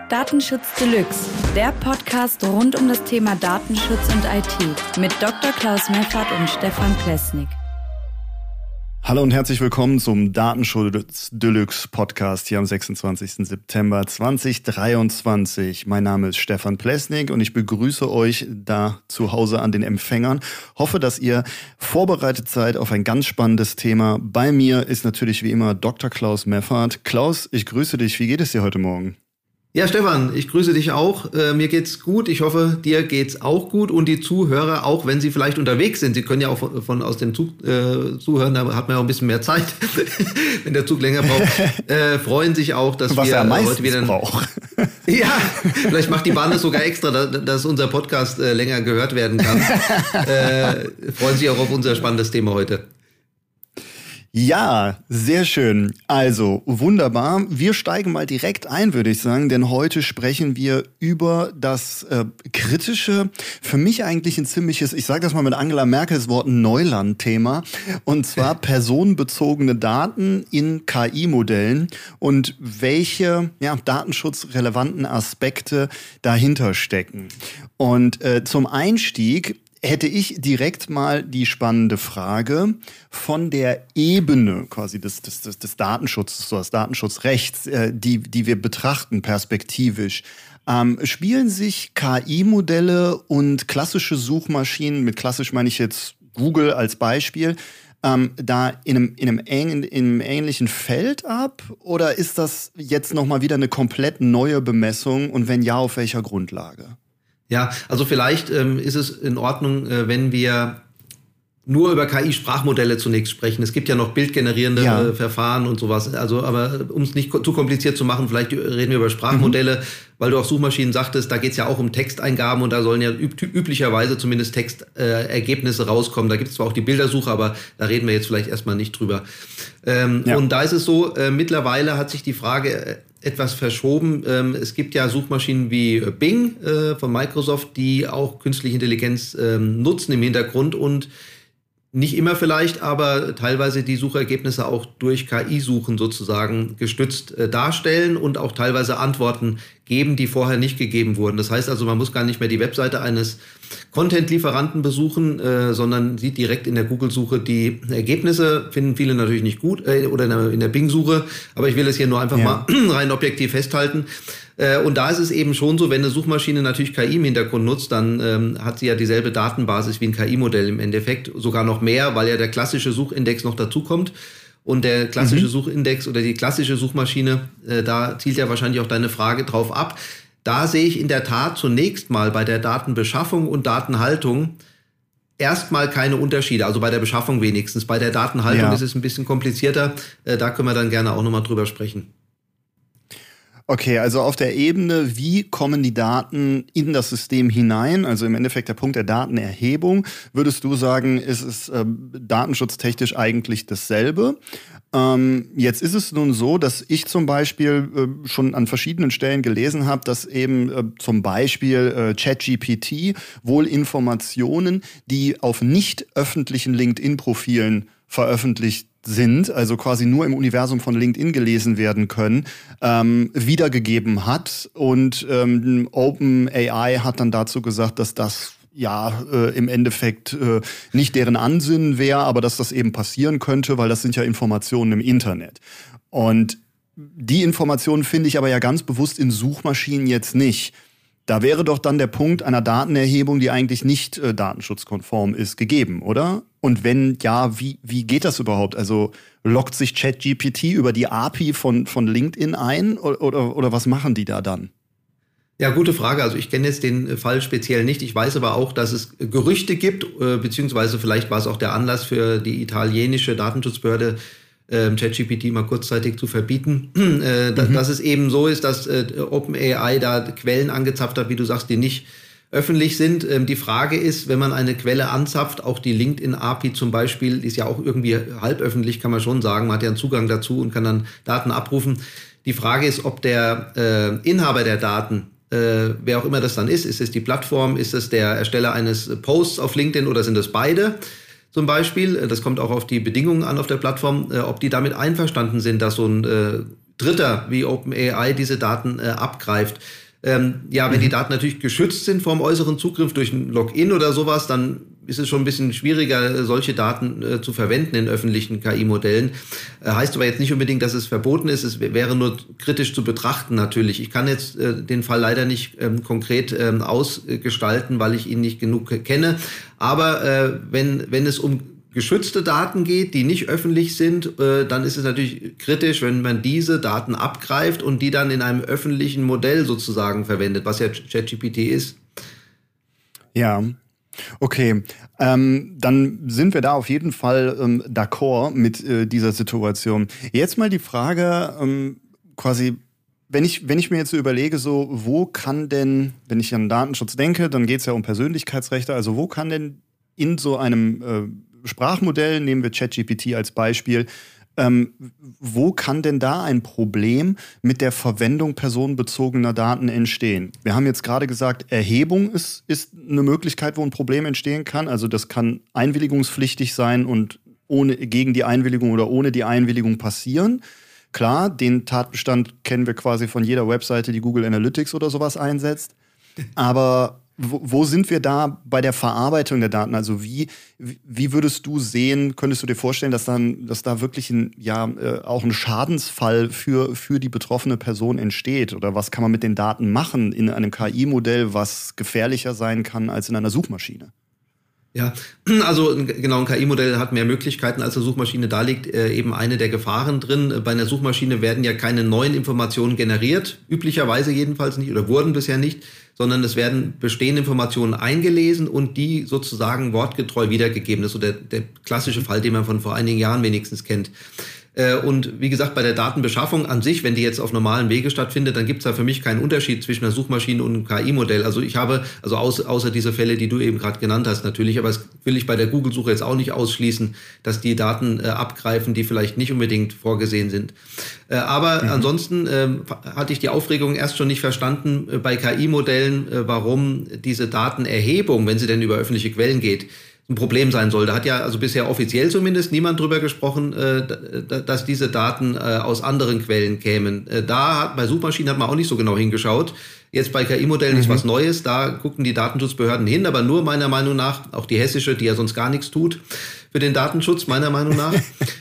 Datenschutz Deluxe, der Podcast rund um das Thema Datenschutz und IT mit Dr. Klaus Meffert und Stefan Plesnik. Hallo und herzlich willkommen zum Datenschutz Deluxe Podcast hier am 26. September 2023. Mein Name ist Stefan Plesnik und ich begrüße euch da zu Hause an den Empfängern. Hoffe, dass ihr vorbereitet seid auf ein ganz spannendes Thema. Bei mir ist natürlich wie immer Dr. Klaus Meffert. Klaus, ich grüße dich. Wie geht es dir heute Morgen? Ja, Stefan, ich grüße dich auch. Mir geht's gut. Ich hoffe, dir geht's auch gut und die Zuhörer auch, wenn sie vielleicht unterwegs sind. Sie können ja auch aus dem Zug zuhören, da hat man ja auch ein bisschen mehr Zeit, wenn der Zug länger braucht. Freuen sich auch, dass was wir heute wieder braucht. Ja, vielleicht macht die Bahn das sogar extra, dass unser Podcast länger gehört werden kann. Freuen sich auch auf unser spannendes Thema heute. Ja, sehr schön. Also, wunderbar. Wir steigen mal direkt ein, würde ich sagen, denn heute sprechen wir über das kritische, für mich eigentlich ein ziemliches, ich sage das mal mit Angela Merkels Worten, Neuland-Thema, und zwar personenbezogene Daten in KI-Modellen und welche datenschutzrelevanten Aspekte dahinter stecken. Und zum Einstieg hätte ich direkt mal die spannende Frage von der Ebene quasi des Datenschutzes, so des Datenschutzrechts, die wir betrachten perspektivisch. Spielen sich KI-Modelle und klassische Suchmaschinen, mit klassisch meine ich jetzt Google als Beispiel, da in einem ähnlichen Feld ab? Oder ist das jetzt nochmal wieder eine komplett neue Bemessung und wenn ja, auf welcher Grundlage? Ja, also vielleicht ist es in Ordnung, wenn wir nur über KI-Sprachmodelle zunächst sprechen. Es gibt ja noch bildgenerierende Verfahren und sowas. Also, aber um es nicht zu kompliziert zu machen, vielleicht reden wir über Sprachmodelle, weil du auch Suchmaschinen sagtest, da geht es ja auch um Texteingaben und da sollen ja üblicherweise zumindest Textergebnisse rauskommen. Da gibt es zwar auch die Bildersuche, aber da reden wir jetzt vielleicht erstmal nicht drüber. Und da ist es so, mittlerweile hat sich die Frage etwas verschoben. Es gibt ja Suchmaschinen wie Bing von Microsoft, die auch künstliche Intelligenz nutzen im Hintergrund und nicht immer vielleicht, aber teilweise die Suchergebnisse auch durch KI-Suchen sozusagen gestützt darstellen und auch teilweise Antworten geben, die vorher nicht gegeben wurden. Das heißt also, man muss gar nicht mehr die Webseite eines Content-Lieferanten besuchen, sondern sieht direkt in der Google-Suche die Ergebnisse. Finden viele natürlich nicht gut, oder in der Bing-Suche, aber ich will es hier nur einfach mal rein objektiv festhalten. Und da ist es eben schon so, wenn eine Suchmaschine natürlich KI im Hintergrund nutzt, dann hat sie ja dieselbe Datenbasis wie ein KI-Modell im Endeffekt, sogar noch mehr, weil ja der klassische Suchindex noch dazukommt. Und der klassische Suchindex oder die klassische Suchmaschine, da zielt ja wahrscheinlich auch deine Frage drauf ab. Da sehe ich in der Tat zunächst mal bei der Datenbeschaffung und Datenhaltung erstmal keine Unterschiede, also bei der Beschaffung wenigstens. Bei der Datenhaltung ist es ein bisschen komplizierter, da können wir dann gerne auch nochmal drüber sprechen. Okay, also auf der Ebene, wie kommen die Daten in das System hinein, also im Endeffekt der Punkt der Datenerhebung, würdest du sagen, ist es datenschutztechnisch eigentlich dasselbe? Jetzt ist es nun so, dass ich zum Beispiel schon an verschiedenen Stellen gelesen habe, dass eben zum Beispiel ChatGPT wohl Informationen, die auf nicht öffentlichen LinkedIn-Profilen veröffentlicht sind, also quasi nur im Universum von LinkedIn gelesen werden können, wiedergegeben hat. Und OpenAI hat dann dazu gesagt, dass das im Endeffekt nicht deren Ansinnen wäre, aber dass das eben passieren könnte, weil das sind ja Informationen im Internet. Und die Informationen finde ich aber ja ganz bewusst in Suchmaschinen jetzt nicht. Da wäre doch dann der Punkt einer Datenerhebung, die eigentlich nicht datenschutzkonform ist, gegeben, oder? Und wenn ja, wie geht das überhaupt? Also loggt sich ChatGPT über die API von LinkedIn ein oder was machen die da dann? Ja, gute Frage. Also ich kenne jetzt den Fall speziell nicht. Ich weiß aber auch, dass es Gerüchte gibt, beziehungsweise vielleicht war es auch der Anlass für die italienische Datenschutzbehörde, ChatGPT mal kurzzeitig zu verbieten, dass es eben so ist, dass OpenAI da Quellen angezapft hat, wie du sagst, die nicht öffentlich sind. Die Frage ist, wenn man eine Quelle anzapft, auch die LinkedIn-API zum Beispiel, die ist ja auch irgendwie halböffentlich, kann man schon sagen, man hat ja einen Zugang dazu und kann dann Daten abrufen. Die Frage ist, ob der Inhaber der Daten, wer auch immer das dann ist es die Plattform, ist es der Ersteller eines Posts auf LinkedIn oder sind es beide? Zum Beispiel, das kommt auch auf die Bedingungen an auf der Plattform, ob die damit einverstanden sind, dass so ein Dritter wie OpenAI diese Daten abgreift. Wenn die Daten natürlich geschützt sind vom äußeren Zugriff durch ein Login oder sowas, dann ist es schon ein bisschen schwieriger, solche Daten zu verwenden in öffentlichen KI-Modellen. Heißt aber jetzt nicht unbedingt, dass es verboten ist. Es wäre nur kritisch zu betrachten natürlich. Ich kann jetzt den Fall leider nicht konkret ausgestalten, weil ich ihn nicht genug kenne. Aber wenn es um geschützte Daten geht, die nicht öffentlich sind, dann ist es natürlich kritisch, wenn man diese Daten abgreift und die dann in einem öffentlichen Modell sozusagen verwendet, was ja ChatGPT ist. Ja, okay. Dann sind wir da auf jeden Fall d'accord mit dieser Situation. Jetzt mal die Frage, quasi, wenn ich mir jetzt so überlege, so, wo kann denn, wenn ich an Datenschutz denke, dann geht es ja um Persönlichkeitsrechte, also wo kann denn in so einem Sprachmodell, nehmen wir ChatGPT als Beispiel, wo kann denn da ein Problem mit der Verwendung personenbezogener Daten entstehen? Wir haben jetzt gerade gesagt, Erhebung ist eine Möglichkeit, wo ein Problem entstehen kann. Also das kann einwilligungspflichtig sein und gegen die Einwilligung oder ohne die Einwilligung passieren. Klar, den Tatbestand kennen wir quasi von jeder Webseite, die Google Analytics oder sowas einsetzt. Aber wo sind wir da bei der Verarbeitung der Daten? Also wie würdest du sehen, könntest du dir vorstellen, dass da wirklich auch ein Schadensfall für die betroffene Person entsteht? Oder was kann man mit den Daten machen in einem KI-Modell, was gefährlicher sein kann als in einer Suchmaschine? Ja, also genau, ein KI-Modell hat mehr Möglichkeiten, als eine Suchmaschine. Da liegt eben eine der Gefahren drin. Bei einer Suchmaschine werden ja keine neuen Informationen generiert, üblicherweise jedenfalls nicht oder wurden bisher nicht, sondern es werden bestehende Informationen eingelesen und die sozusagen wortgetreu wiedergegeben. Das ist so der klassische Fall, den man von vor einigen Jahren wenigstens kennt. Und wie gesagt, bei der Datenbeschaffung an sich, wenn die jetzt auf normalen Wege stattfindet, dann gibt es da für mich keinen Unterschied zwischen einer Suchmaschine und einem KI-Modell. Also ich habe, außer diese Fälle, die du eben gerade genannt hast natürlich, aber das will ich bei der Google-Suche jetzt auch nicht ausschließen, dass die Daten abgreifen, die vielleicht nicht unbedingt vorgesehen sind. Aber ansonsten hatte ich die Aufregung erst schon nicht verstanden bei KI-Modellen, warum diese Datenerhebung, wenn sie denn über öffentliche Quellen geht, ein Problem sein soll. Da hat ja also bisher offiziell zumindest niemand drüber gesprochen, dass diese Daten aus anderen Quellen kämen. Bei Suchmaschinen hat man auch nicht so genau hingeschaut. Jetzt bei KI-Modellen ist was Neues, da gucken die Datenschutzbehörden hin, aber nur meiner Meinung nach, auch die hessische, die ja sonst gar nichts tut für den Datenschutz, meiner Meinung nach.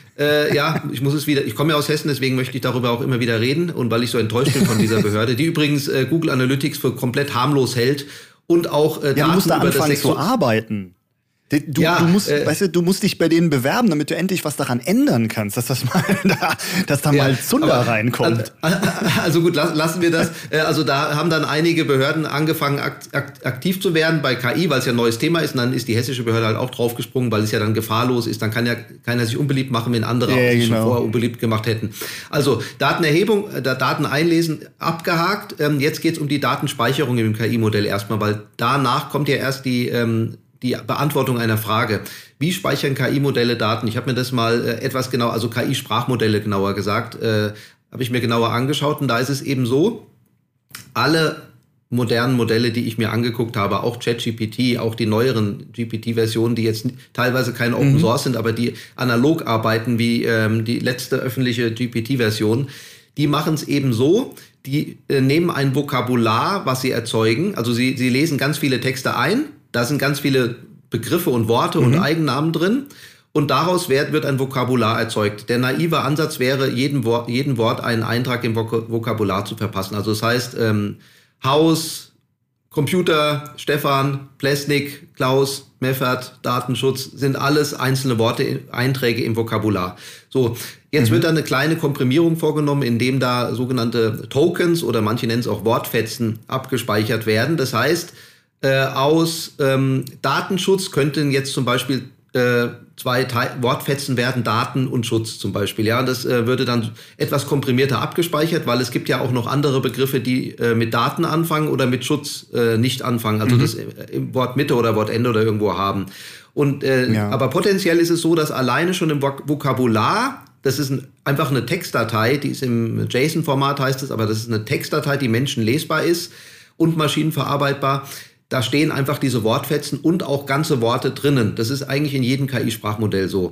Ich komme ja aus Hessen, deswegen möchte ich darüber auch immer wieder reden und weil ich so enttäuscht bin von dieser Behörde, die übrigens Google Analytics für komplett harmlos hält und auch Daten du musst da über anfangen zu arbeiten. Du musst dich bei denen bewerben, damit du endlich was daran ändern kannst, dass da mal Zunder reinkommt. Also gut, lassen wir das. Also da haben dann einige Behörden angefangen aktiv zu werden bei KI, weil es ja ein neues Thema ist. Und dann ist die hessische Behörde halt auch draufgesprungen, weil es ja dann gefahrlos ist. Dann kann ja keiner sich unbeliebt machen, wenn andere sich schon vorher unbeliebt gemacht hätten. Also Datenerhebung, Daten einlesen, abgehakt. Jetzt geht es um die Datenspeicherung im KI-Modell erstmal, weil danach kommt ja erst die Beantwortung einer Frage. Wie speichern KI-Modelle Daten? Ich habe mir das mal etwas genau, also KI-Sprachmodelle genauer gesagt, habe ich mir genauer angeschaut. Und da ist es eben so, alle modernen Modelle, die ich mir angeguckt habe, auch ChatGPT, auch die neueren GPT-Versionen, die jetzt teilweise keine Open Source sind, aber die analog arbeiten wie die letzte öffentliche GPT-Version, die machen es eben so, die nehmen ein Vokabular, was sie erzeugen, also sie lesen ganz viele Texte ein, da sind ganz viele Begriffe und Worte und Eigennamen drin und daraus wird ein Vokabular erzeugt. Der naive Ansatz wäre, jedem Wort einen Eintrag im Vokabular zu verpassen. Also das heißt, Haus, Computer, Stefan, Plesnik, Klaus, Meffert, Datenschutz sind alles einzelne Worte, Einträge im Vokabular. So, jetzt wird da eine kleine Komprimierung vorgenommen, indem da sogenannte Tokens oder manche nennen es auch Wortfetzen abgespeichert werden. Das heißt, aus Datenschutz könnten jetzt zum Beispiel zwei Wortfetzen werden, Daten und Schutz zum Beispiel. Ja, das würde dann etwas komprimierter abgespeichert, weil es gibt ja auch noch andere Begriffe, die mit Daten anfangen oder mit Schutz nicht anfangen, also das im Wort Mitte oder Wortende oder irgendwo haben. Und aber potenziell ist es so, dass alleine schon im Vokabular, das ist einfach eine Textdatei, die ist im JSON-Format heißt es, aber das ist eine Textdatei, die menschenlesbar ist und maschinenverarbeitbar. Da stehen einfach diese Wortfetzen und auch ganze Worte drinnen. Das ist eigentlich in jedem KI-Sprachmodell so.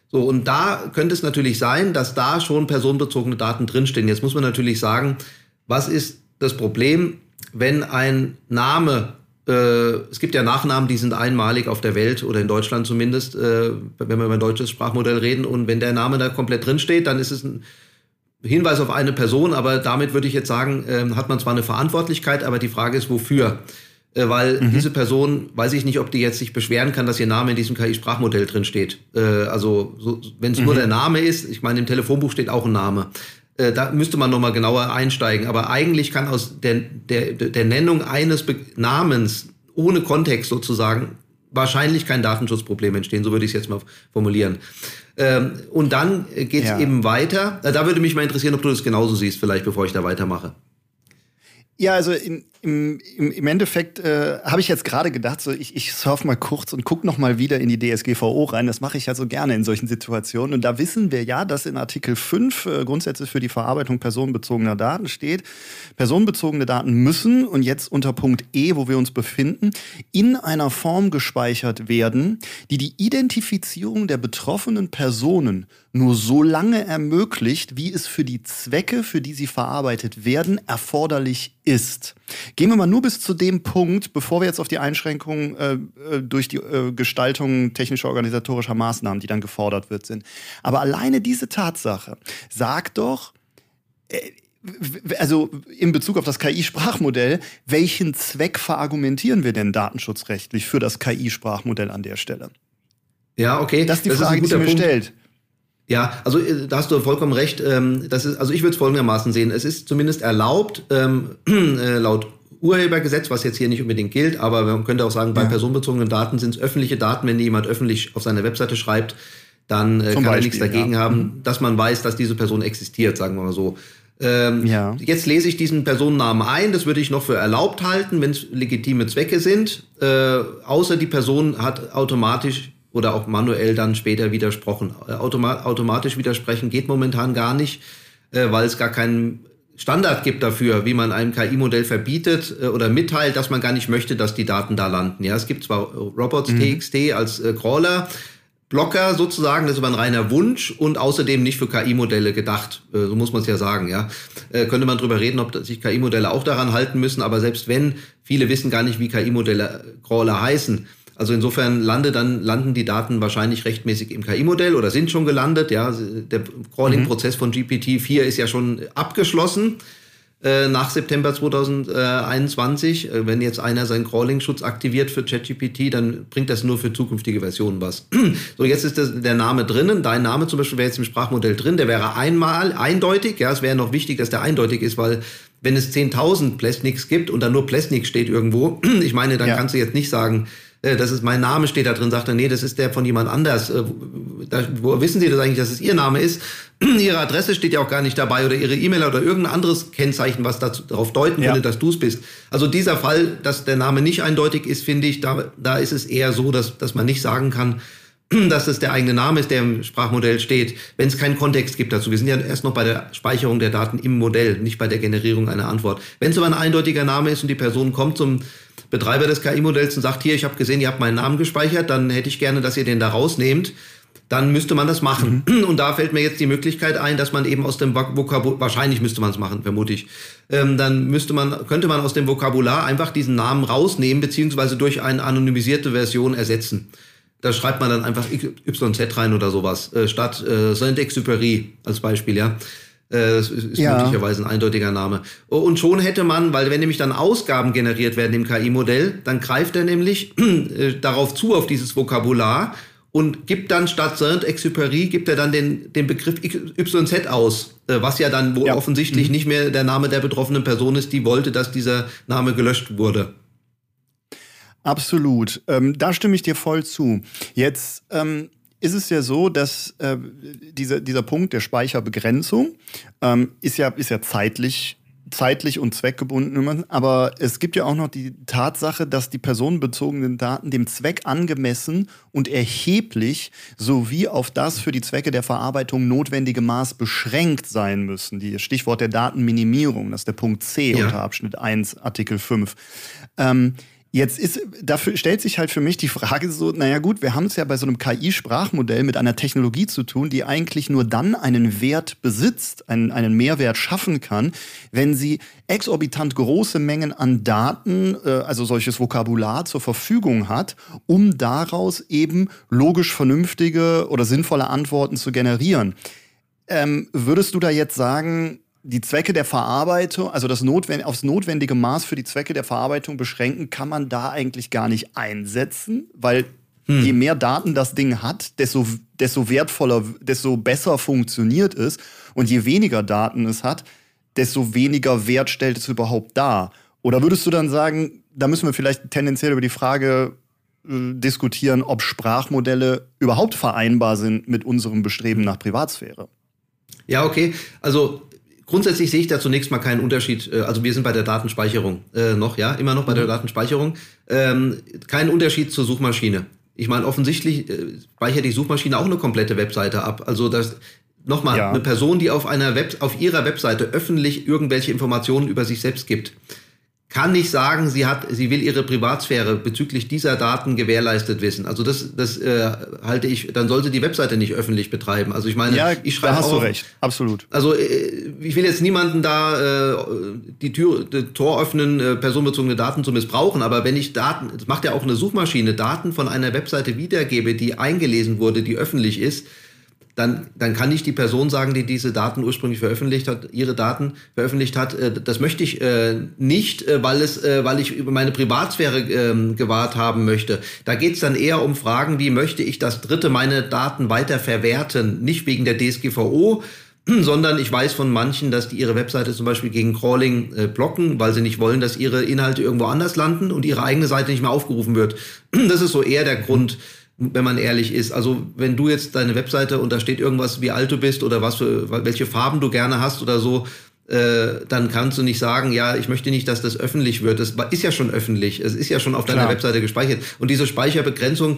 So, und da könnte es natürlich sein, dass da schon personenbezogene Daten drinstehen. Jetzt muss man natürlich sagen, was ist das Problem, wenn ein Name, es gibt ja Nachnamen, die sind einmalig auf der Welt oder in Deutschland zumindest, wenn wir über ein deutsches Sprachmodell reden, und wenn der Name da komplett drinsteht, dann ist es ein Hinweis auf eine Person, aber damit würde ich jetzt sagen, hat man zwar eine Verantwortlichkeit, aber die Frage ist, wofür? Weil diese Person, weiß ich nicht, ob die jetzt sich beschweren kann, dass ihr Name in diesem KI-Sprachmodell drin steht. Wenn es nur der Name ist, ich meine, im Telefonbuch steht auch ein Name. Da müsste man nochmal genauer einsteigen. Aber eigentlich kann aus der Nennung eines Namens ohne Kontext sozusagen wahrscheinlich kein Datenschutzproblem entstehen. So würde ich es jetzt mal formulieren. Und dann geht es eben weiter. Da würde mich mal interessieren, ob du das genauso siehst, vielleicht, bevor ich da weitermache. Ja, also im Endeffekt habe ich jetzt gerade gedacht, so ich surf mal kurz und guck noch mal wieder in die DSGVO rein. Das mache ich ja so gerne in solchen Situationen. Und da wissen wir ja, dass in Artikel 5 Grundsätze für die Verarbeitung personenbezogener Daten steht. Personenbezogene Daten müssen, und jetzt unter Punkt E, wo wir uns befinden, in einer Form gespeichert werden, die die Identifizierung der betroffenen Personen nur so lange ermöglicht, wie es für die Zwecke, für die sie verarbeitet werden, erforderlich ist. Gehen wir mal nur bis zu dem Punkt, bevor wir jetzt auf die Einschränkungen durch die Gestaltung technischer organisatorischer Maßnahmen, die dann gefordert wird, sind. Aber alleine diese Tatsache sagt doch, also in Bezug auf das KI-Sprachmodell, welchen Zweck verargumentieren wir denn datenschutzrechtlich für das KI-Sprachmodell an der Stelle? Ja, okay. Das ist die Frage, die sich mir stellt. Ja, also da hast du vollkommen recht. Also ich würde es folgendermaßen sehen. Es ist zumindest erlaubt, laut Urhebergesetz, was jetzt hier nicht unbedingt gilt, aber man könnte auch sagen, bei personenbezogenen Daten sind es öffentliche Daten. Wenn jemand öffentlich auf seine Webseite schreibt, dann kann er nichts dagegen haben, dass man weiß, dass diese Person existiert, sagen wir mal so. Jetzt lese ich diesen Personennamen ein, das würde ich noch für erlaubt halten, wenn es legitime Zwecke sind, außer die Person hat automatisch oder auch manuell dann später widersprochen. Automatisch widersprechen geht momentan gar nicht, weil es gar keinen Standard gibt dafür, wie man einem KI-Modell verbietet oder mitteilt, dass man gar nicht möchte, dass die Daten da landen. Ja, es gibt zwar Robots.txt als Crawler, Blocker sozusagen, das ist aber ein reiner Wunsch und außerdem nicht für KI-Modelle gedacht. So muss man es ja sagen, ja. Könnte man drüber reden, ob sich KI-Modelle auch daran halten müssen, aber selbst wenn, viele wissen gar nicht, wie KI-Modelle Crawler heißen. Also insofern landen die Daten wahrscheinlich rechtmäßig im KI-Modell oder sind schon gelandet. Ja, der Crawling-Prozess von GPT-4 ist ja schon abgeschlossen nach September 2021. Wenn jetzt einer seinen Crawling-Schutz aktiviert für ChatGPT, dann bringt das nur für zukünftige Versionen was. So, jetzt ist der Name drinnen. Dein Name zum Beispiel wäre jetzt im Sprachmodell drin. Der wäre einmal eindeutig. Ja, es wäre noch wichtig, dass der eindeutig ist, weil wenn es 10.000 Plesniks gibt und dann nur Plesnik steht irgendwo, ich meine, dann kannst du jetzt nicht sagen, das ist mein Name, steht da drin, sagt er, nee, das ist der von jemand anders. Wo wissen Sie das eigentlich, dass es Ihr Name ist? Ihre Adresse steht ja auch gar nicht dabei oder Ihre E-Mail oder irgendein anderes Kennzeichen, was darauf deuten würde, dass du es bist. Also dieser Fall, dass der Name nicht eindeutig ist, finde ich, da ist es eher so, dass man nicht sagen kann, dass es der eigene Name ist, der im Sprachmodell steht, wenn es keinen Kontext gibt dazu. Wir sind ja erst noch bei der Speicherung der Daten im Modell, nicht bei der Generierung einer Antwort. Wenn es aber ein eindeutiger Name ist und die Person kommt zum Betreiber des KI-Modells und sagt, hier, ich habe gesehen, ihr habt meinen Namen gespeichert, dann hätte ich gerne, dass ihr den da rausnehmt, dann müsste man das machen. Und da fällt mir jetzt die Möglichkeit ein, dass man eben aus dem Vokabular, wahrscheinlich müsste man es machen, vermute ich, dann könnte man aus dem Vokabular einfach diesen Namen rausnehmen, beziehungsweise durch eine anonymisierte Version ersetzen. Da schreibt man dann einfach YZ rein oder sowas, statt Saint-Exupéry als Beispiel, ja. Das ist möglicherweise ein eindeutiger Name. Und schon hätte man, weil wenn nämlich dann Ausgaben generiert werden im KI-Modell, dann greift er nämlich darauf zu, auf dieses Vokabular und gibt dann statt Saint-Exupéry, gibt er dann den Begriff YZ aus, was ja dann wohl offensichtlich nicht mehr der Name der betroffenen Person ist, die wollte, dass dieser Name gelöscht wurde. Absolut. Da stimme ich dir voll zu. Jetzt ist es ja so, dass dieser Punkt der Speicherbegrenzung ist ja zeitlich und zweckgebunden, aber es gibt ja auch noch die Tatsache, dass die personenbezogenen Daten dem Zweck angemessen und erheblich sowie auf das für die Zwecke der Verarbeitung notwendige Maß beschränkt sein müssen. Die Stichwort der Datenminimierung, das ist der Punkt C unter Abschnitt 1, Artikel 5. Dafür stellt sich halt für mich die Frage so, naja gut, wir haben es ja bei so einem KI-Sprachmodell mit einer Technologie zu tun, die eigentlich nur dann einen Wert besitzt, einen Mehrwert schaffen kann, wenn sie exorbitant große Mengen an Daten, also solches Vokabular zur Verfügung hat, um daraus eben logisch vernünftige oder sinnvolle Antworten zu generieren. Würdest du da jetzt sagen, die Zwecke der Verarbeitung, also aufs notwendige Maß für die Zwecke der Verarbeitung beschränken, kann man da eigentlich gar nicht einsetzen, weil je mehr Daten das Ding hat, desto wertvoller, desto besser funktioniert es, und je weniger Daten es hat, desto weniger Wert stellt es überhaupt dar. Oder würdest du dann sagen, da müssen wir vielleicht tendenziell über die Frage diskutieren, ob Sprachmodelle überhaupt vereinbar sind mit unserem Bestreben nach Privatsphäre? Ja, okay. Also grundsätzlich sehe ich da zunächst mal keinen Unterschied. Also wir sind bei der Datenspeicherung immer noch bei der Datenspeicherung. Kein Unterschied zur Suchmaschine. Ich meine, offensichtlich speichert die Suchmaschine auch eine komplette Webseite ab. Also eine Person, die auf ihrer Webseite öffentlich irgendwelche Informationen über sich selbst gibt, kann nicht sagen, sie will ihre Privatsphäre bezüglich dieser Daten gewährleistet wissen. Also das halte ich, dann soll sie die Webseite nicht öffentlich betreiben. Also ich meine, ich schreibe da hast du recht, absolut. Also ich will jetzt niemanden da das Tor öffnen, personenbezogene Daten zu missbrauchen, aber wenn ich das macht ja auch eine Suchmaschine, Daten von einer Webseite wiedergebe, die eingelesen wurde, die öffentlich ist, dann kann nicht die Person sagen, die diese Daten ursprünglich ihre Daten veröffentlicht hat, das möchte ich nicht, weil ich über meine Privatsphäre gewahrt haben möchte. Da geht's dann eher um Fragen, wie möchte ich, dass Dritte meine Daten weiter verwerten, nicht wegen der DSGVO, sondern ich weiß von manchen, dass die ihre Webseite zum Beispiel gegen Crawling blocken, weil sie nicht wollen, dass ihre Inhalte irgendwo anders landen und ihre eigene Seite nicht mehr aufgerufen wird. Das ist so eher der Grund, wenn man ehrlich ist. Also wenn du jetzt deine Webseite und da steht irgendwas, wie alt du bist oder welche Farben du gerne hast oder so, dann kannst du nicht sagen, ja, ich möchte nicht, dass das öffentlich wird. Das ist ja schon öffentlich. Es ist ja schon auf deiner Webseite gespeichert. Und diese Speicherbegrenzung,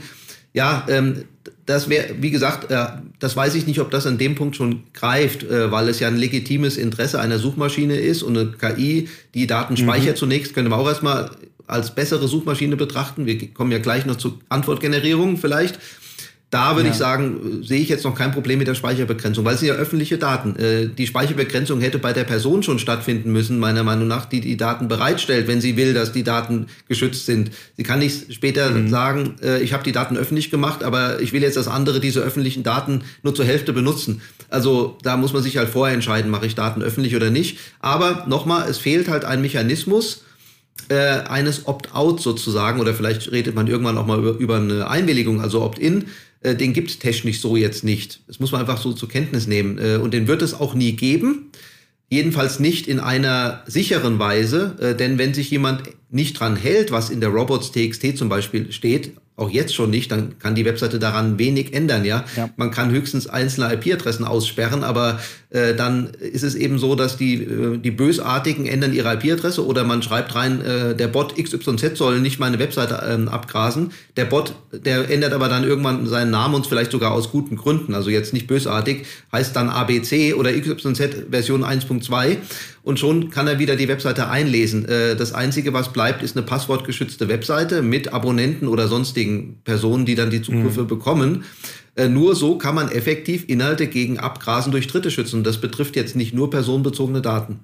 das wäre, wie gesagt, das weiß ich nicht, ob das an dem Punkt schon greift, weil es ja ein legitimes Interesse einer Suchmaschine ist und eine KI, die Daten speichert zunächst, könnte man auch erstmal als bessere Suchmaschine betrachten. Wir kommen ja gleich noch zur Antwortgenerierung vielleicht. Da würde ich sagen, sehe ich jetzt noch kein Problem mit der Speicherbegrenzung, weil es sind ja öffentliche Daten. Die Speicherbegrenzung hätte bei der Person schon stattfinden müssen, meiner Meinung nach, die die Daten bereitstellt, wenn sie will, dass die Daten geschützt sind. Sie kann nicht später sagen, ich habe die Daten öffentlich gemacht, aber ich will jetzt, dass andere diese öffentlichen Daten nur zur Hälfte benutzen. Also da muss man sich halt vorher entscheiden, mache ich Daten öffentlich oder nicht. Aber nochmal, es fehlt halt ein Mechanismus eines Opt-out sozusagen, oder vielleicht redet man irgendwann auch mal über eine Einwilligung, also Opt-in. Den gibt es technisch so jetzt nicht. Das muss man einfach so zur Kenntnis nehmen. Und den wird es auch nie geben. Jedenfalls nicht in einer sicheren Weise. Denn wenn sich jemand nicht dran hält, was in der Robots.txt zum Beispiel steht, auch jetzt schon nicht, dann kann die Webseite daran wenig ändern, ja. Man kann höchstens einzelne IP-Adressen aussperren, aber dann ist es eben so, dass die Bösartigen ändern ihre IP-Adresse oder man schreibt rein, der Bot XYZ soll nicht meine Webseite abgrasen. Der Bot, der ändert aber dann irgendwann seinen Namen und vielleicht sogar aus guten Gründen, also jetzt nicht bösartig, heißt dann ABC oder XYZ Version 1.2 und schon kann er wieder die Webseite einlesen. Das Einzige, was bleibt, ist eine passwortgeschützte Webseite mit Abonnenten oder sonstigen Personen, die dann die Zugriffe bekommen. Nur so kann man effektiv Inhalte gegen Abgrasen durch Dritte schützen. Das betrifft jetzt nicht nur personenbezogene Daten.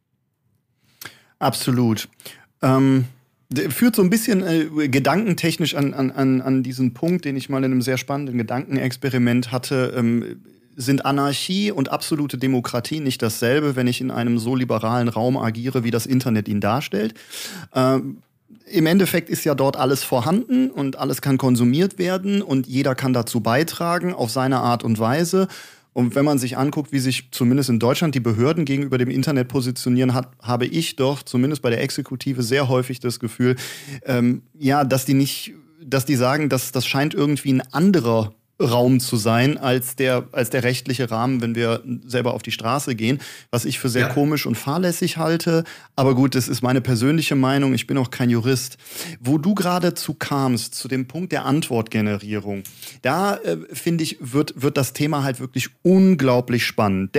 Absolut. Führt so ein bisschen gedankentechnisch an diesen Punkt, den ich mal in einem sehr spannenden Gedankenexperiment hatte. Sind Anarchie und absolute Demokratie nicht dasselbe, wenn ich in einem so liberalen Raum agiere, wie das Internet ihn darstellt? Im Endeffekt ist ja dort alles vorhanden und alles kann konsumiert werden und jeder kann dazu beitragen auf seine Art und Weise. Und wenn man sich anguckt, wie sich zumindest in Deutschland die Behörden gegenüber dem Internet positionieren, habe ich doch zumindest bei der Exekutive sehr häufig das Gefühl, dass die sagen, dass das scheint irgendwie ein anderer Raum zu sein als der rechtliche Rahmen, wenn wir selber auf die Straße gehen, was ich für sehr komisch und fahrlässig halte. Aber gut, das ist meine persönliche Meinung, ich bin auch kein Jurist. Wo du geradezu kamst, zu dem Punkt der Antwortgenerierung, da finde ich, wird das Thema halt wirklich unglaublich spannend. Denn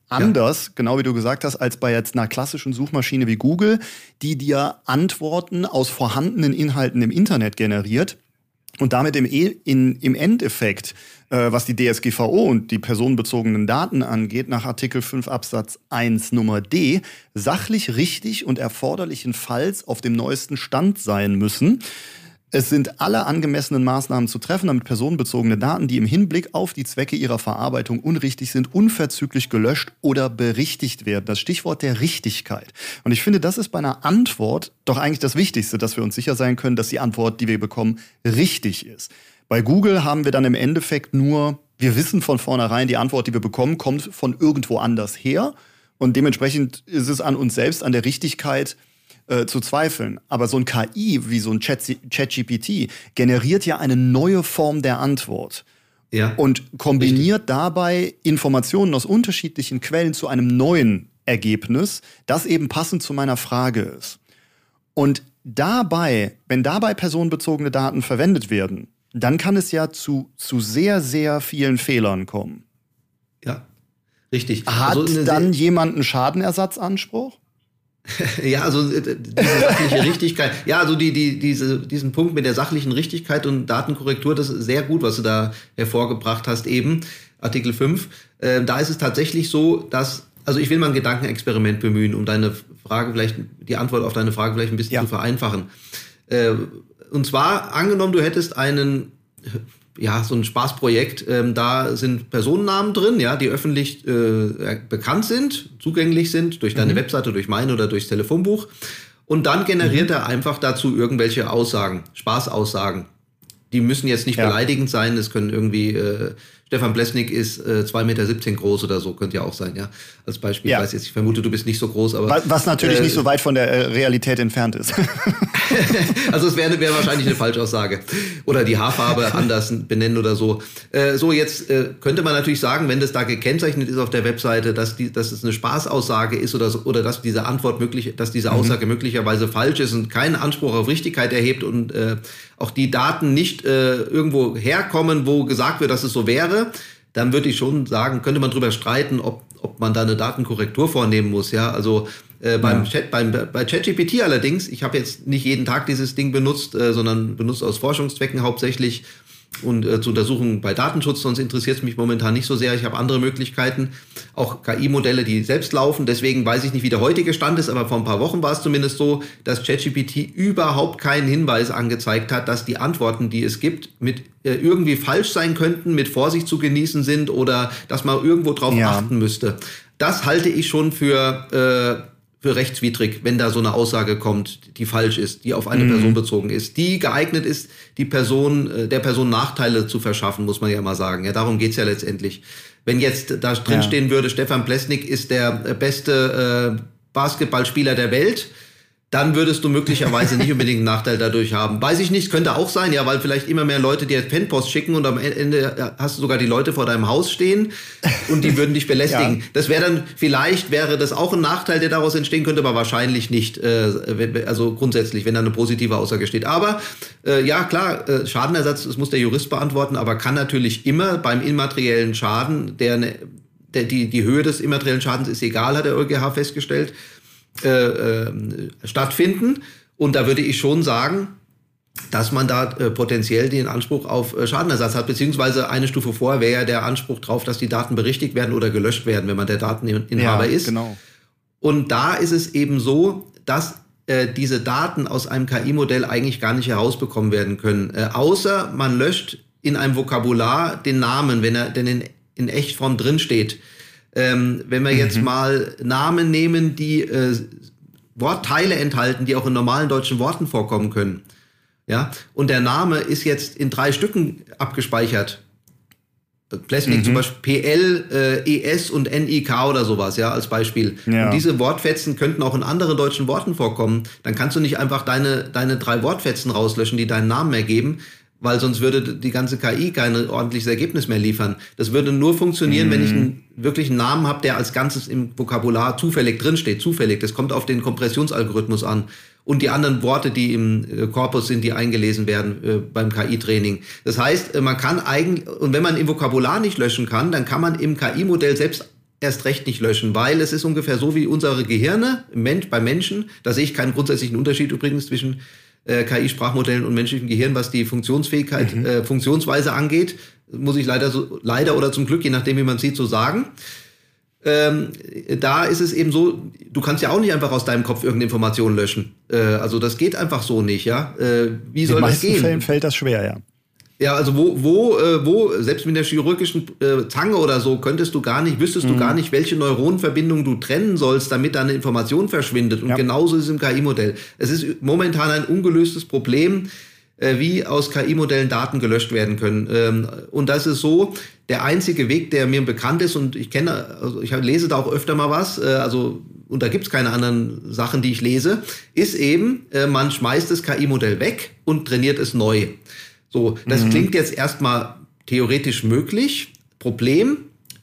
anders, genau wie du gesagt hast, als bei jetzt einer klassischen Suchmaschine wie Google, die dir Antworten aus vorhandenen Inhalten im Internet generiert und damit im Endeffekt, was die DSGVO und die personenbezogenen Daten angeht, nach Artikel 5 Absatz 1 Nummer D, sachlich richtig und erforderlichenfalls auf dem neuesten Stand sein müssen. Es sind alle angemessenen Maßnahmen zu treffen, damit personenbezogene Daten, die im Hinblick auf die Zwecke ihrer Verarbeitung unrichtig sind, unverzüglich gelöscht oder berichtigt werden. Das Stichwort der Richtigkeit. Und ich finde, das ist bei einer Antwort doch eigentlich das Wichtigste, dass wir uns sicher sein können, dass die Antwort, die wir bekommen, richtig ist. Bei Google haben wir dann im Endeffekt nur, wir wissen von vornherein, die Antwort, die wir bekommen, kommt von irgendwo anders her. Und dementsprechend ist es an uns selbst, an der Richtigkeit zu zweifeln. Aber so ein KI wie so ein ChatGPT generiert ja eine neue Form der Antwort. Ja. Und kombiniert dabei Informationen aus unterschiedlichen Quellen zu einem neuen Ergebnis, das eben passend zu meiner Frage ist. Und dabei, wenn dabei personenbezogene Daten verwendet werden, dann kann es ja zu sehr, sehr vielen Fehlern kommen. Ja, richtig. Hat dann jemand einen Schadenersatzanspruch? Ja, also diese sachliche Richtigkeit. Ja, also diesen Punkt mit der sachlichen Richtigkeit und Datenkorrektur, das ist sehr gut, was du da hervorgebracht hast eben, Artikel 5. Da ist es tatsächlich so, dass, also ich will mal ein Gedankenexperiment bemühen, um die Antwort auf deine Frage vielleicht ein bisschen zu vereinfachen. Und zwar, angenommen, du hättest so ein Spaßprojekt, da sind Personennamen drin, ja, die öffentlich bekannt sind, zugänglich sind durch deine Webseite, durch meine oder durchs Telefonbuch. Und dann generiert er einfach dazu irgendwelche Aussagen, Spaßaussagen. Die müssen jetzt nicht beleidigend sein, es können irgendwie, Stefan Plesnik ist 2,17 Meter groß oder so, könnte ja auch sein, ja, als Beispiel. Ja. Ich vermute, du bist nicht so groß, aber... Was natürlich nicht so weit von der Realität entfernt ist. Also es wäre wahrscheinlich eine Falschaussage. Oder die Haarfarbe anders benennen oder so. Jetzt könnte man natürlich sagen, wenn das da gekennzeichnet ist auf der Webseite, dass es eine Spaßaussage ist oder dass diese Aussage möglicherweise falsch ist und keinen Anspruch auf Richtigkeit erhebt und auch die Daten nicht irgendwo herkommen, wo gesagt wird, dass es so wäre, dann würde ich schon sagen, könnte man drüber streiten, ob man da eine Datenkorrektur vornehmen muss. Ja, also bei ChatGPT allerdings, ich habe jetzt nicht jeden Tag dieses Ding benutzt, sondern benutzt aus Forschungszwecken hauptsächlich und zur Untersuchung bei Datenschutz, sonst interessiert es mich momentan nicht so sehr. Ich habe andere Möglichkeiten, auch KI-Modelle, die selbst laufen. Deswegen weiß ich nicht, wie der heutige Stand ist, aber vor ein paar Wochen war es zumindest so, dass ChatGPT überhaupt keinen Hinweis angezeigt hat, dass die Antworten, die es gibt, mit irgendwie falsch sein könnten, mit Vorsicht zu genießen sind oder dass man irgendwo drauf achten müsste. Das halte ich schon für rechtswidrig, wenn da so eine Aussage kommt, die falsch ist, die auf eine Person bezogen ist, die geeignet ist, der Person Nachteile zu verschaffen, muss man ja mal sagen. Ja, darum geht's ja letztendlich. Wenn jetzt da drinstehen würde, Stefan Plesnik ist der beste Basketballspieler der Welt, dann würdest du möglicherweise nicht unbedingt einen Nachteil dadurch haben. Weiß ich nicht, könnte auch sein, ja, weil vielleicht immer mehr Leute dir Fanpost schicken und am Ende hast du sogar die Leute vor deinem Haus stehen und die würden dich belästigen. Das wäre das auch ein Nachteil, der daraus entstehen könnte, aber wahrscheinlich nicht, also grundsätzlich, wenn da eine positive Aussage steht. Aber Schadenersatz, das muss der Jurist beantworten, aber kann natürlich immer beim immateriellen Schaden, die Höhe des immateriellen Schadens ist egal, hat der EuGH festgestellt, stattfinden. Und da würde ich schon sagen, dass man da potenziell den Anspruch auf Schadenersatz hat, beziehungsweise eine Stufe vorher wäre ja der Anspruch drauf, dass die Daten berichtigt werden oder gelöscht werden, wenn man der Dateninhaber ist. Genau. Und da ist es eben so, dass diese Daten aus einem KI-Modell eigentlich gar nicht herausbekommen werden können, außer man löscht in einem Vokabular den Namen, wenn er denn in Echtform drin steht. Wenn wir jetzt mal Namen nehmen, die Wortteile enthalten, die auch in normalen deutschen Worten vorkommen können, ja, und der Name ist jetzt in 3 Stücken abgespeichert, Plesnik zum Beispiel PL, ES und NIK oder sowas, ja, als Beispiel. Ja. Und diese Wortfetzen könnten auch in anderen deutschen Worten vorkommen. Dann kannst du nicht einfach deine 3 Wortfetzen rauslöschen, die deinen Namen ergeben, weil sonst würde die ganze KI kein ordentliches Ergebnis mehr liefern. Das würde nur funktionieren, wenn ich einen wirklichen Namen habe, der als Ganzes im Vokabular zufällig drinsteht. Zufällig, das kommt auf den Kompressionsalgorithmus an. Und die anderen Worte, die im Korpus sind, die eingelesen werden beim KI-Training. Das heißt, man kann eigentlich, und wenn man im Vokabular nicht löschen kann, dann kann man im KI-Modell selbst erst recht nicht löschen, weil es ist ungefähr so wie unsere Gehirne bei Menschen. Da sehe ich keinen grundsätzlichen Unterschied übrigens zwischen KI-Sprachmodellen und menschlichem Gehirn, was die Funktionsfähigkeit, Funktionsweise angeht. Muss ich leider oder zum Glück, je nachdem wie man sieht, so sagen. Da ist es eben so, du kannst ja auch nicht einfach aus deinem Kopf irgendeine Information löschen. Also das geht einfach so nicht, ja. Wie soll das gehen? In den meisten Fällen fällt das schwer, ja. Ja, also wo selbst mit der chirurgischen Zange oder so wüsstest du gar nicht, welche Neuronenverbindungen du trennen sollst, damit da eine Information verschwindet. Und genauso ist es im KI-Modell. Es ist momentan ein ungelöstes Problem, wie aus KI-Modellen Daten gelöscht werden können. Und das ist so, der einzige Weg, der mir bekannt ist, und ich lese da auch öfter mal was, und da gibt's keine anderen Sachen, die ich lese, ist eben, man schmeißt das KI-Modell weg und trainiert es neu. So, das klingt jetzt erstmal theoretisch möglich. Problem,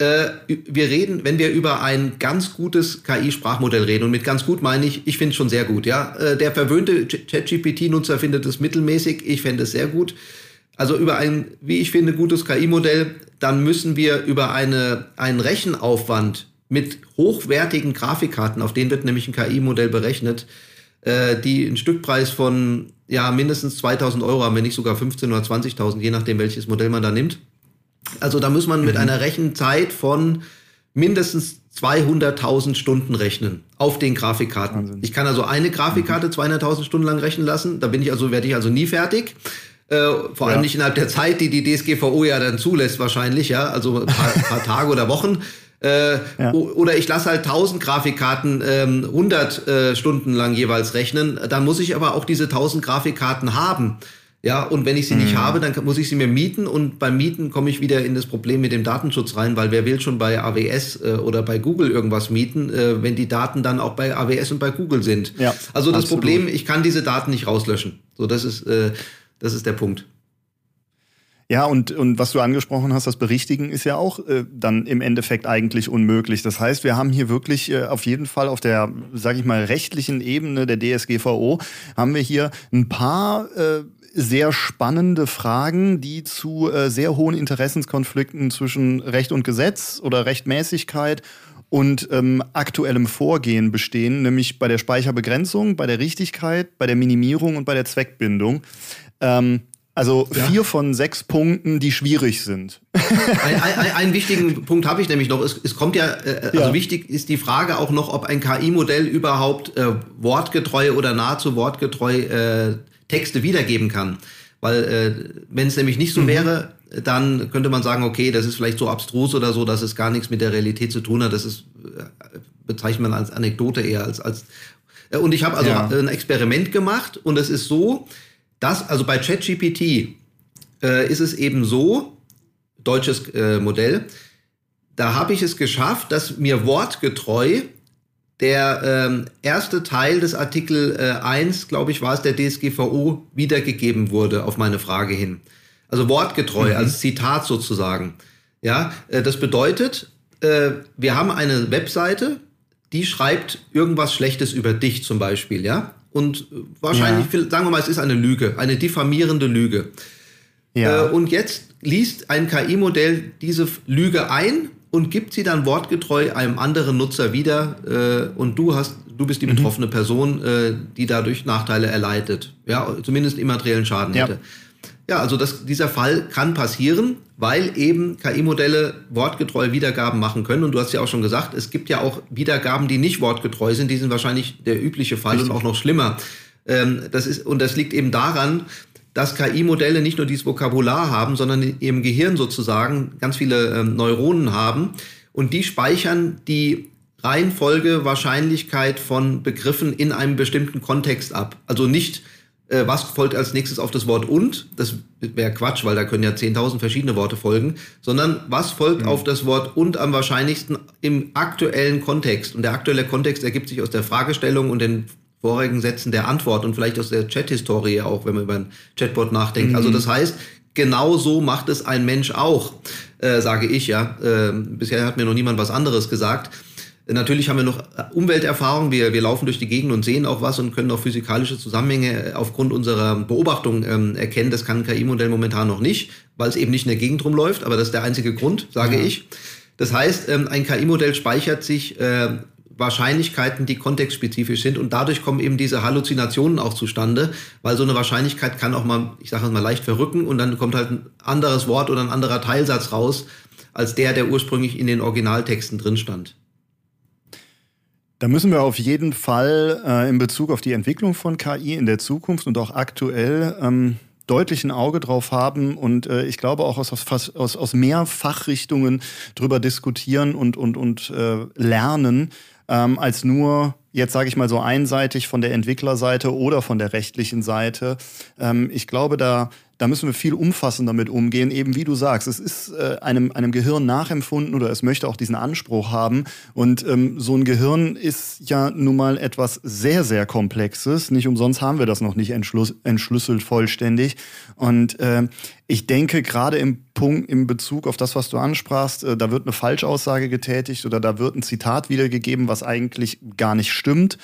wenn wir über ein ganz gutes KI-Sprachmodell reden, und mit ganz gut meine ich finde es schon sehr gut, ja. Der verwöhnte ChatGPT-Nutzer findet es mittelmäßig, ich fände es sehr gut. Also über ein, wie ich finde, gutes KI-Modell, dann müssen wir über einen Rechenaufwand mit hochwertigen Grafikkarten, auf denen wird nämlich ein KI-Modell berechnet, die einen Stückpreis von mindestens 2.000 Euro haben, wenn nicht sogar 15.000 oder 20.000, je nachdem, welches Modell man da nimmt. Also da muss man mit einer Rechenzeit von mindestens 200.000 Stunden rechnen auf den Grafikkarten. Wahnsinn. Ich kann also eine Grafikkarte 200.000 Stunden lang rechnen lassen, da werde ich also nie fertig. Vor allem nicht innerhalb der Zeit, die DSGVO ja dann zulässt wahrscheinlich, ja, also ein paar Tage oder Wochen. Oder ich lasse halt 1000 Grafikkarten 100 Stunden lang jeweils rechnen. Dann muss ich aber auch diese 1000 Grafikkarten haben. Ja, und wenn ich sie nicht habe, dann muss ich sie mir mieten. Und beim Mieten komme ich wieder in das Problem mit dem Datenschutz rein, weil wer will schon bei AWS oder bei Google irgendwas mieten, wenn die Daten dann auch bei AWS und bei Google sind. Ja, also das absolut. Problem, ich kann diese Daten nicht rauslöschen. So, das ist der Punkt. Ja, und was du angesprochen hast, das Berichtigen ist ja auch dann im Endeffekt eigentlich unmöglich. Das heißt, wir haben hier wirklich auf jeden Fall auf der, sag ich mal, rechtlichen Ebene der DSGVO haben wir hier ein paar sehr spannende Fragen, die zu sehr hohen Interessenskonflikten zwischen Recht und Gesetz oder Rechtmäßigkeit und aktuellem Vorgehen bestehen, nämlich bei der Speicherbegrenzung, bei der Richtigkeit, bei der Minimierung und bei der Zweckbindung. Also 4 von 6 Punkten, die schwierig sind. Einen wichtigen Punkt habe ich nämlich noch. Es kommt wichtig ist die Frage auch noch, ob ein KI-Modell überhaupt wortgetreu oder nahezu wortgetreu Texte wiedergeben kann. Weil wenn es nämlich nicht so wäre, dann könnte man sagen, okay, das ist vielleicht so abstrus oder so, dass es gar nichts mit der Realität zu tun hat. Das ist bezeichnet man als Anekdote eher als und ich habe ein Experiment gemacht und es ist so, also bei ChatGPT ist es eben so, deutsches Modell, da habe ich es geschafft, dass mir wortgetreu der erste Teil des Artikel 1, glaube ich, war es, der DSGVO wiedergegeben wurde auf meine Frage hin. Also wortgetreu, als Zitat sozusagen. Ja, das bedeutet, wir haben eine Webseite, die schreibt irgendwas Schlechtes über dich zum Beispiel, ja? Und wahrscheinlich, sagen wir mal, es ist eine Lüge, eine diffamierende Lüge. Ja. Und jetzt liest ein KI-Modell diese Lüge ein und gibt sie dann wortgetreu einem anderen Nutzer wieder. Und du bist die betroffene Person, die dadurch Nachteile erleidet. Ja, zumindest immateriellen Schaden hätte. Ja, also dieser Fall kann passieren, weil eben KI-Modelle wortgetreu Wiedergaben machen können. Und du hast ja auch schon gesagt, es gibt ja auch Wiedergaben, die nicht wortgetreu sind. Die sind wahrscheinlich der übliche Fall. Richtig. Und auch noch schlimmer. Das liegt eben daran, dass KI-Modelle nicht nur dieses Vokabular haben, sondern im Gehirn sozusagen ganz viele Neuronen haben. Und die speichern die Reihenfolge, Wahrscheinlichkeit von Begriffen in einem bestimmten Kontext ab. Also nicht was folgt als nächstes auf das Wort und, das wäre Quatsch, weil da können ja 10.000 verschiedene Worte folgen, sondern was folgt auf das Wort und am wahrscheinlichsten im aktuellen Kontext. Und der aktuelle Kontext ergibt sich aus der Fragestellung und den vorigen Sätzen der Antwort und vielleicht aus der Chat-Historie auch, wenn man über ein Chatbot nachdenkt. Also das heißt, genau so macht es ein Mensch auch, sage ich ja. Bisher hat mir noch niemand was anderes gesagt. Natürlich haben wir noch Umwelterfahrung. Wir laufen durch die Gegend und sehen auch was und können auch physikalische Zusammenhänge aufgrund unserer Beobachtung erkennen. Das kann ein KI-Modell momentan noch nicht, weil es eben nicht in der Gegend rumläuft. Aber das ist der einzige Grund, sage ich. Das heißt, ein KI-Modell speichert sich Wahrscheinlichkeiten, die kontextspezifisch sind und dadurch kommen eben diese Halluzinationen auch zustande, weil so eine Wahrscheinlichkeit kann auch mal, ich sage mal, leicht verrücken und dann kommt halt ein anderes Wort oder ein anderer Teilsatz raus, als der ursprünglich in den Originaltexten drin stand. Da müssen wir auf jeden Fall in Bezug auf die Entwicklung von KI in der Zukunft und auch aktuell deutlich ein Auge drauf haben und ich glaube auch aus mehr Fachrichtungen drüber diskutieren und lernen, als nur jetzt sage ich mal so einseitig von der Entwicklerseite oder von der rechtlichen Seite. Ich glaube, da müssen wir viel umfassender mit umgehen, eben wie du sagst. Es ist einem Gehirn nachempfunden oder es möchte auch diesen Anspruch haben. Und so ein Gehirn ist ja nun mal etwas sehr, sehr Komplexes. Nicht umsonst haben wir das noch nicht entschlüsselt vollständig. Und ich denke, gerade im Bezug auf das, was du ansprachst, da wird eine Falschaussage getätigt oder da wird ein Zitat wiedergegeben, was eigentlich gar nicht stimmt.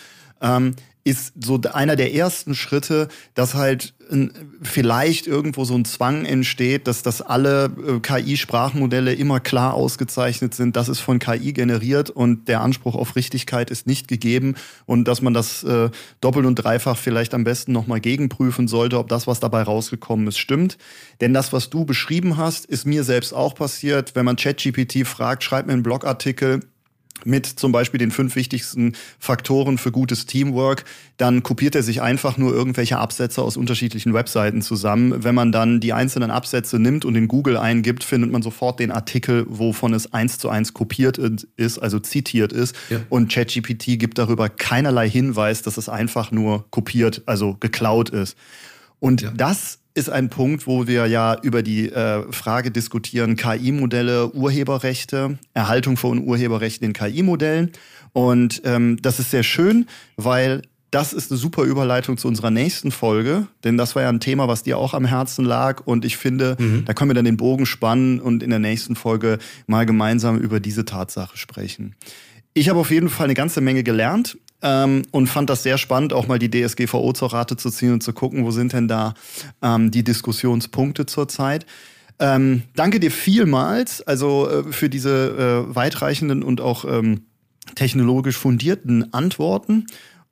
Ist so einer der ersten Schritte, dass halt vielleicht irgendwo so ein Zwang entsteht, dass alle KI-Sprachmodelle immer klar ausgezeichnet sind, das ist von KI generiert und der Anspruch auf Richtigkeit ist nicht gegeben und dass man das doppelt und dreifach vielleicht am besten nochmal gegenprüfen sollte, ob das, was dabei rausgekommen ist, stimmt. Denn das, was du beschrieben hast, ist mir selbst auch passiert. Wenn man ChatGPT fragt, schreib mir einen Blogartikel mit zum Beispiel den 5 wichtigsten Faktoren für gutes Teamwork, dann kopiert er sich einfach nur irgendwelche Absätze aus unterschiedlichen Webseiten zusammen. Wenn man dann die einzelnen Absätze nimmt und in Google eingibt, findet man sofort den Artikel, wovon es 1:1 kopiert ist, also zitiert ist. Ja. Und ChatGPT gibt darüber keinerlei Hinweis, dass es einfach nur kopiert, also geklaut ist. Und das ist ein Punkt, wo wir ja über die Frage diskutieren, KI-Modelle, Urheberrechte, Erhaltung von Urheberrechten in KI-Modellen. Und das ist sehr schön, weil das ist eine super Überleitung zu unserer nächsten Folge, denn das war ja ein Thema, was dir auch am Herzen lag. Und ich finde, da können wir dann den Bogen spannen und in der nächsten Folge mal gemeinsam über diese Tatsache sprechen. Ich habe auf jeden Fall eine ganze Menge gelernt. Und fand das sehr spannend, auch mal die DSGVO zur Rate zu ziehen und zu gucken, wo sind denn da die Diskussionspunkte zurzeit. Danke dir vielmals, also für diese weitreichenden und auch technologisch fundierten Antworten.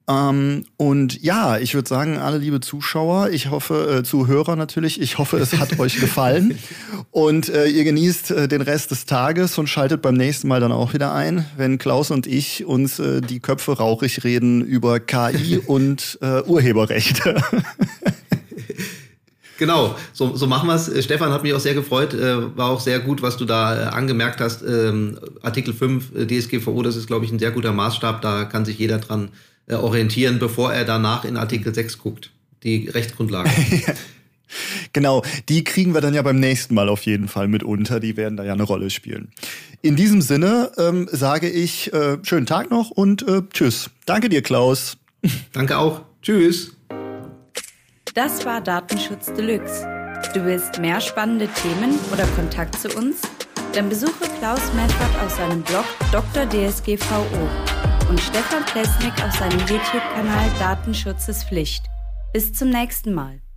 Und ja, ich würde sagen, alle liebe Zuschauer, ich hoffe, Zuhörer natürlich, ich hoffe, es hat euch gefallen. Und ihr genießt den Rest des Tages und schaltet beim nächsten Mal dann auch wieder ein, wenn Klaus und ich uns die Köpfe rauchig reden über KI und Urheberrechte. Genau, so machen wir es. Stefan, hat mich auch sehr gefreut, war auch sehr gut, was du da angemerkt hast. Artikel 5 DSGVO, das ist, glaube ich, ein sehr guter Maßstab, da kann sich jeder dran orientieren, bevor er danach in Artikel 6 guckt, die Rechtsgrundlage. Genau, die kriegen wir dann ja beim nächsten Mal auf jeden Fall mit unter, die werden da ja eine Rolle spielen. In diesem Sinne sage ich schönen Tag noch und tschüss. Danke dir, Klaus. Danke auch. Tschüss. Das war Datenschutz Deluxe. Du willst mehr spannende Themen oder Kontakt zu uns? Dann besuche Klaus Meffert auf seinem Blog Dr. DSGVO und Stefan Plesnik auf seinem YouTube-Kanal Datenschutz ist Pflicht. Bis zum nächsten Mal.